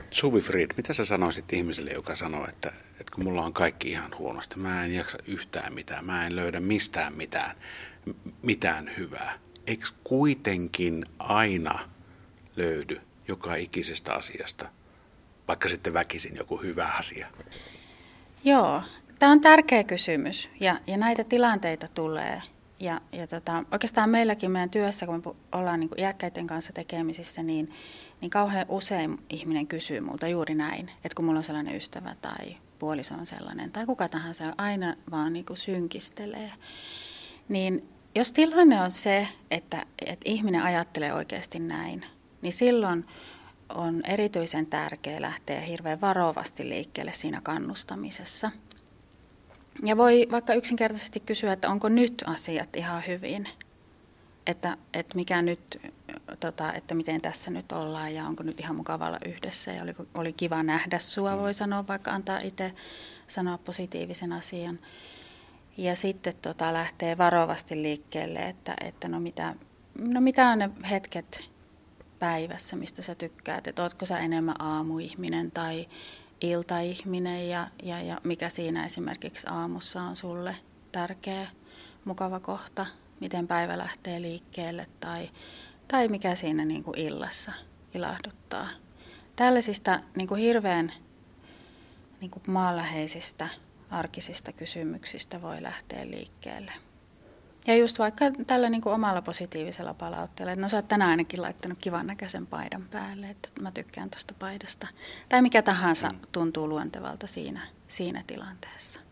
Suvi Fried, mitä sä sanoisit ihmiselle, joka sanoo, että kun mulla on kaikki ihan huonosti, mä en jaksa yhtään mitään, mä en löydä mistään mitään hyvää. Eikö kuitenkin aina löydy joka ikisestä asiasta, vaikka sitten väkisin joku hyvä asia? Joo, tämä on tärkeä kysymys ja näitä tilanteita tulee. Oikeastaan meilläkin meidän työssä, kun me ollaan niin kuin iäkkäiden kanssa tekemisissä, niin kauhean usein ihminen kysyy multa juuri näin, että kun mulla on sellainen ystävä tai puoliso on sellainen tai kuka tahansa aina vaan niin kuin synkistelee. Niin jos tilanne on se, että ihminen ajattelee oikeasti näin, niin silloin on erityisen tärkeää lähteä hirveän varovasti liikkeelle siinä kannustamisessa. Ja voi vaikka yksinkertaisesti kysyä, että onko nyt asiat ihan hyvin, että mikä nyt, että miten tässä nyt ollaan ja onko nyt ihan mukavalla yhdessä ja oli kiva nähdä sua, voi sanoa, vaikka antaa itse sanoa positiivisen asian. Ja sitten lähtee varovasti liikkeelle, että mitä on ne hetket päivässä, mistä sä tykkäät, että ootko sä enemmän aamuihminen tai iltaihminen ja mikä siinä esimerkiksi aamussa on sulle tärkeä, mukava kohta, miten päivä lähtee liikkeelle tai mikä siinä niin kuin illassa ilahduttaa. Tällaisista niin kuin hirveän niin kuin maanläheisistä arkisista kysymyksistä voi lähteä liikkeelle. Ja just vaikka tällä niin kuin omalla positiivisella palautteella, että no sä oot tänään ainakin laittanut kivan näköisen paidan päälle, että mä tykkään tuosta paidasta. Tai mikä tahansa tuntuu luontevalta siinä tilanteessa.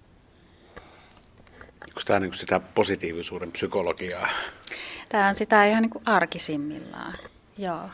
Onko tämä niin kuin sitä positiivisuuden psykologiaa? Tämä on sitä ihan niin kuin arkisimmillaan, joo.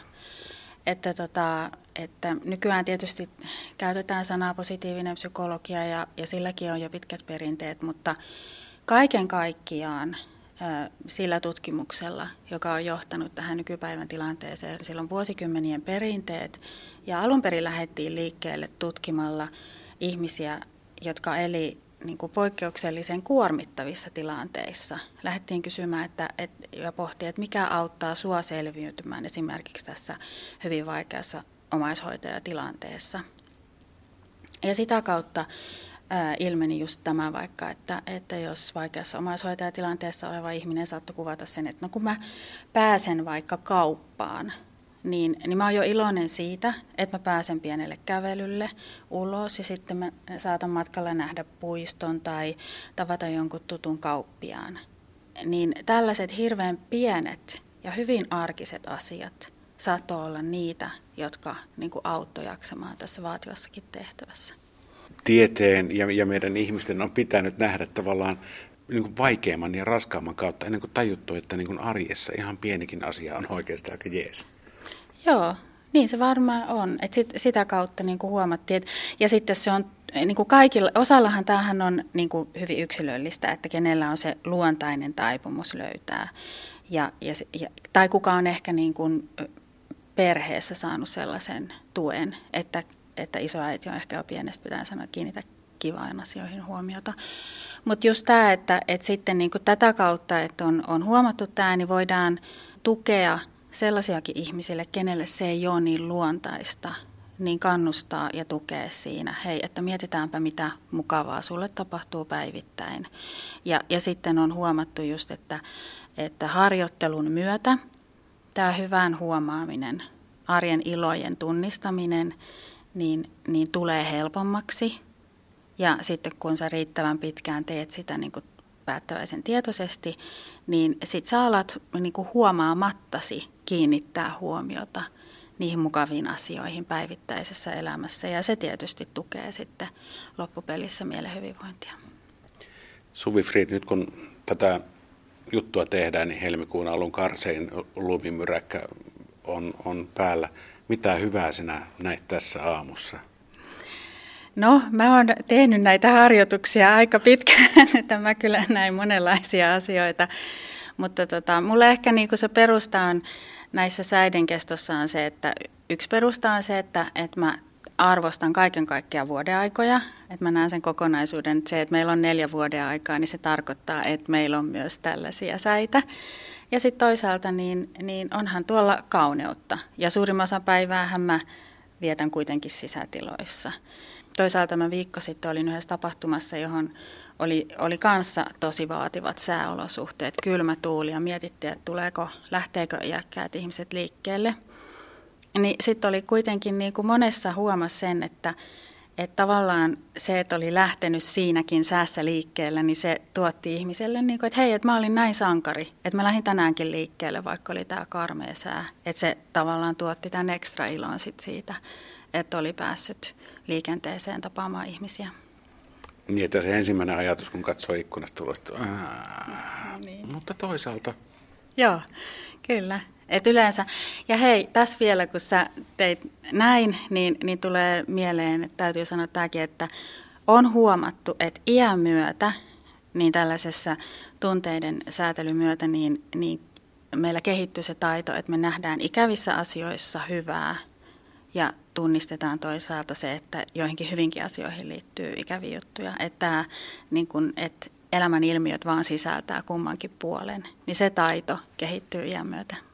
Että nykyään tietysti käytetään sanaa positiivinen psykologia ja silläkin on jo pitkät perinteet, mutta kaiken kaikkiaan sillä tutkimuksella, joka on johtanut tähän nykypäivän tilanteeseen, sillä on vuosikymmenien perinteet ja alun perin lähdettiin liikkeelle tutkimalla ihmisiä, jotka eli niin kuin poikkeuksellisen kuormittavissa tilanteissa. Lähdettiin kysymään ja pohtia, että mikä auttaa sua selviytymään esimerkiksi tässä hyvin vaikeassa omaishoitajatilanteessa. Ja sitä kautta ilmeni just tämä vaikka, että jos vaikeassa omaishoitajatilanteessa oleva ihminen saattoi kuvata sen, että no kun mä pääsen vaikka kauppaan, niin mä oon jo iloinen siitä, että mä pääsen pienelle kävelylle ulos ja sitten mä saatan matkalla nähdä puiston tai tavata jonkun tutun kauppiaan. Niin tällaiset hirveän pienet ja hyvin arkiset asiat saattoi olla niitä, jotka niin kuin auttoi jaksamaan tässä vaativassakin tehtävässä. Tieteen ja meidän ihmisten on pitänyt nähdä tavallaan niin kuin vaikeamman ja raskaamman kautta ennen kuin tajuttu, että niin kuin arjessa ihan pienikin asia on oikeasti aika jees. Joo, niin se varmaan on. Et sitä kautta niin kuin huomattiin. Ja sitten se on, niin kuin osallahan tämähän on niin kuin hyvin yksilöllistä, että kenellä on se luontainen taipumus löytää. Tai kuka on ehkä niin kuin perheessä saanut sellaisen tuen, että isoäiti on ehkä jo pienestä pitäen sanoa, että kiinnitä kivaan asioihin huomiota. Mutta just tämä, että sitten niin kuin tätä kautta, että on huomattu tämä, niin voidaan tukea sellaisiakin ihmisille, kenelle se ei ole niin luontaista, niin kannustaa ja tukea siinä. Hei, että mietitäänpä mitä mukavaa sulle tapahtuu päivittäin. Ja sitten on huomattu just, että harjoittelun myötä tämä hyvän huomaaminen, arjen ilojen tunnistaminen, niin tulee helpommaksi. Ja sitten kun sä riittävän pitkään teet sitä niin kuin päättäväisen tietoisesti, niin sit sä alat niin kuin huomaamattasi kiinnittää huomiota niihin mukaviin asioihin päivittäisessä elämässä. Ja se tietysti tukee sitten loppupelissä mielen hyvinvointia. Suvi Fried, nyt kun tätä juttua tehdään, niin helmikuun alun karsein lumimyräkkä on päällä. Mitä hyvää sinä näit tässä aamussa? No, mä oon tehnyt näitä harjoituksia aika pitkään, että mä kyllä näin monenlaisia asioita. Mutta mulle ehkä niinku se perusta on näissä säiden kestossa on se, että yksi perusta on se, että mä arvostan kaiken kaikkiaan vuodenaikoja. Että mä näen sen kokonaisuuden, että se, että meillä on 4 vuodenaikaa, niin se tarkoittaa, että meillä on myös tällaisia säitä. Ja sitten toisaalta niin onhan tuolla kauneutta. Ja suurimman osan päiväähän mä vietän kuitenkin sisätiloissa. Toisaalta mä viikko sitten olin yhdessä tapahtumassa, johon oli kanssa tosi vaativat sääolosuhteet, kylmä tuuli ja mietittiin, että lähteekö iäkkäät ihmiset liikkeelle. Niin sitten oli kuitenkin niin kuin monessa huomasi sen, että tavallaan se, että oli lähtenyt siinäkin säässä liikkeelle, niin se tuotti ihmiselle, niin kuin, että hei, että mä olin näin sankari, että mä lähdin tänäänkin liikkeelle, vaikka oli tämä karmea sää. Että se tavallaan tuotti tämän ekstra ilon siitä, että oli päässyt liikenteeseen tapaamaan ihmisiä. Niin, että se ensimmäinen ajatus, kun katsoo ikkunasta tulosta, niin. Mutta toisaalta. Joo, kyllä. Et yleensä, ja hei, tässä vielä kun sä teit näin, niin tulee mieleen, että täytyy sanoa tämäkin, että on huomattu, että iän myötä, niin tällaisessa tunteiden säätelyn myötä, niin meillä kehittyy se taito, että me nähdään ikävissä asioissa hyvää ja tunnistetaan toisaalta se, että joihinkin hyvinkin asioihin liittyy ikäviä juttuja, että, niin kun, että elämän ilmiöt vaan sisältää kummankin puolen, niin se taito kehittyy iän myötä.